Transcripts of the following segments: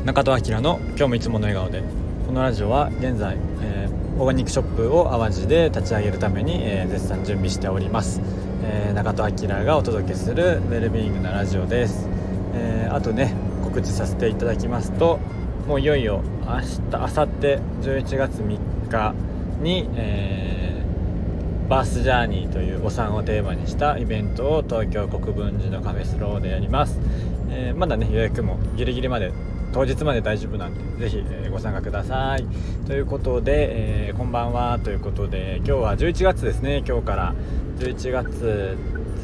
中戸明の今日もいつもの笑顔で。このラジオは現在、オーガニックショップを淡路で立ち上げるために、絶賛準備しております。中戸明がお届けするウェルビーイングなラジオです。あとね、告知させていただきますと、もういよいよ明後日11月3日に、バースジャーニーというお産をテーマにしたイベントを東京国分寺のカフェスローでやります。まだね予約もギリギリまで当日まで大丈夫なんで、ぜひご参加くださいということで、こんばんはということで、今日は11月ですね。今日から11月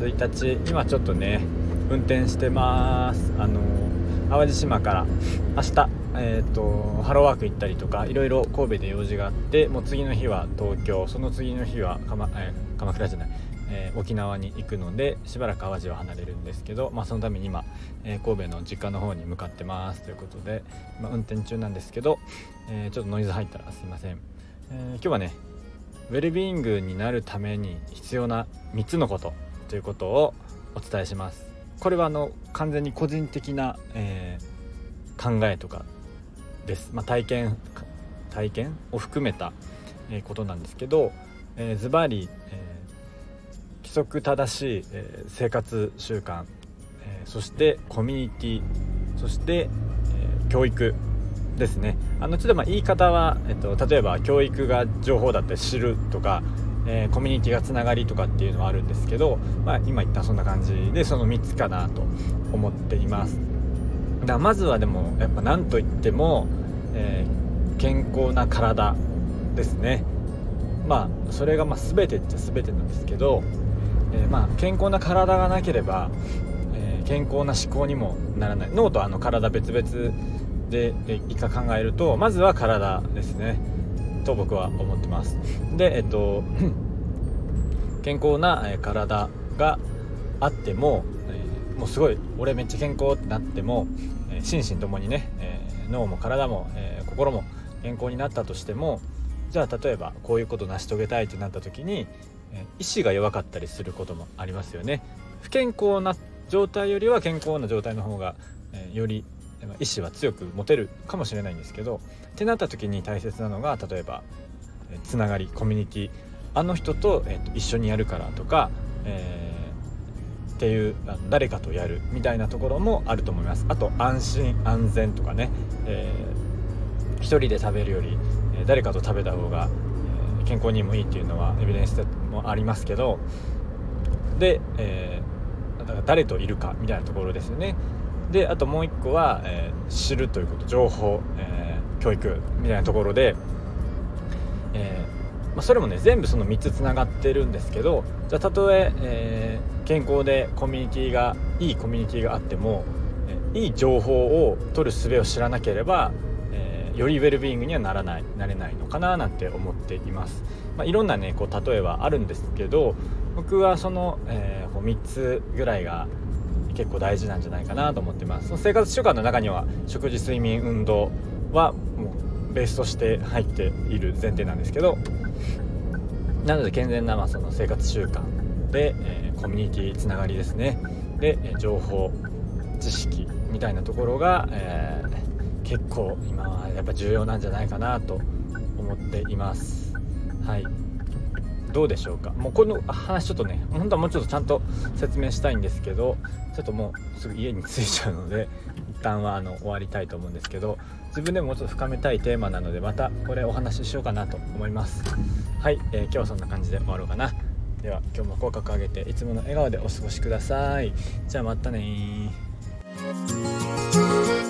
1日、今ちょっとね運転してます。淡路島から明日、ハローワーク行ったりとかいろいろ神戸で用事があって、もう次の日は東京、その次の日は鎌倉じゃない、沖縄に行くので、しばらく淡路は離れるんですけど、そのために今、神戸の実家の方に向かってますということで、運転中なんですけど、ちょっとノイズ入ったらすいません。今日はねウェルビーイングになるために必要な3つのことということをお伝えします。これは完全に個人的な、考えとかです。体験を含めた、ことなんですけど、ズバリ、規則正しい、生活習慣、そしてコミュニティ、そして、教育ですね。ちょっと言い方は、例えば教育が情報だったり知るとか、コミュニティがつながりとかっていうのはあるんですけど、今言ったそんな感じで、その3つかなと思っています。だからまずはでもやっぱ何といっても、健康な体ですね。それが全てっちゃ全てなんですけど、健康な体がなければ、健康な思考にもならない。脳と体別々でいか考えると、まずは体ですねと僕は思ってます。で、健康な体があっても、もうすごい俺めっちゃ健康ってなっても、心身ともにね、脳も体も、心も健康になったとしても、じゃあ例えばこういうことを成し遂げたいってなった時に、意志が弱かったりすることもありますよね。不健康な状態よりは健康な状態の方が、より意志は強く持てるかもしれないんですけど、ってなった時に大切なのが、例えばつながり、コミュニティ、あの人と、一緒にやるからとか、っていう誰かとやるみたいなところもあると思います。あと安心安全とかね、一人で食べるより、誰かと食べた方が、健康にもいいっていうのはエビデンスもありますけど、で、だから誰といるかみたいなところですよね。で、あともう一個は、知るということ、情報、教育みたいなところで、それもね全部その3つつながってるんですけど、じゃあたとえ健康でいいコミュニティがあっても、いい情報を取る術を知らなければ、よりウェルビーイングにはなれないのかななんて思っています。いろんなね例えはあるんですけど、僕はその、3つぐらいが結構大事なんじゃないかなと思ってます。その生活習慣の中には食事、睡眠、運動はもうベースとして入っている前提なんですけど、なので健全なその生活習慣で、コミュニティつながりですね。で、情報知識みたいなところが、結構今はやっぱ重要なんじゃないかなと思っています。はい、どうでしょうか。もうこの話ちょっとね、本当はもうちょっとちゃんと説明したいんですけど、ちょっともうすぐ家に着いちゃうので一旦は終わりたいと思うんですけど、自分でももうちょっと深めたいテーマなので、またこれお話ししようかなと思います。はい、今日はそんな感じで終わろうかな。では今日も口角上げていつもの笑顔でお過ごしください。じゃあまたね。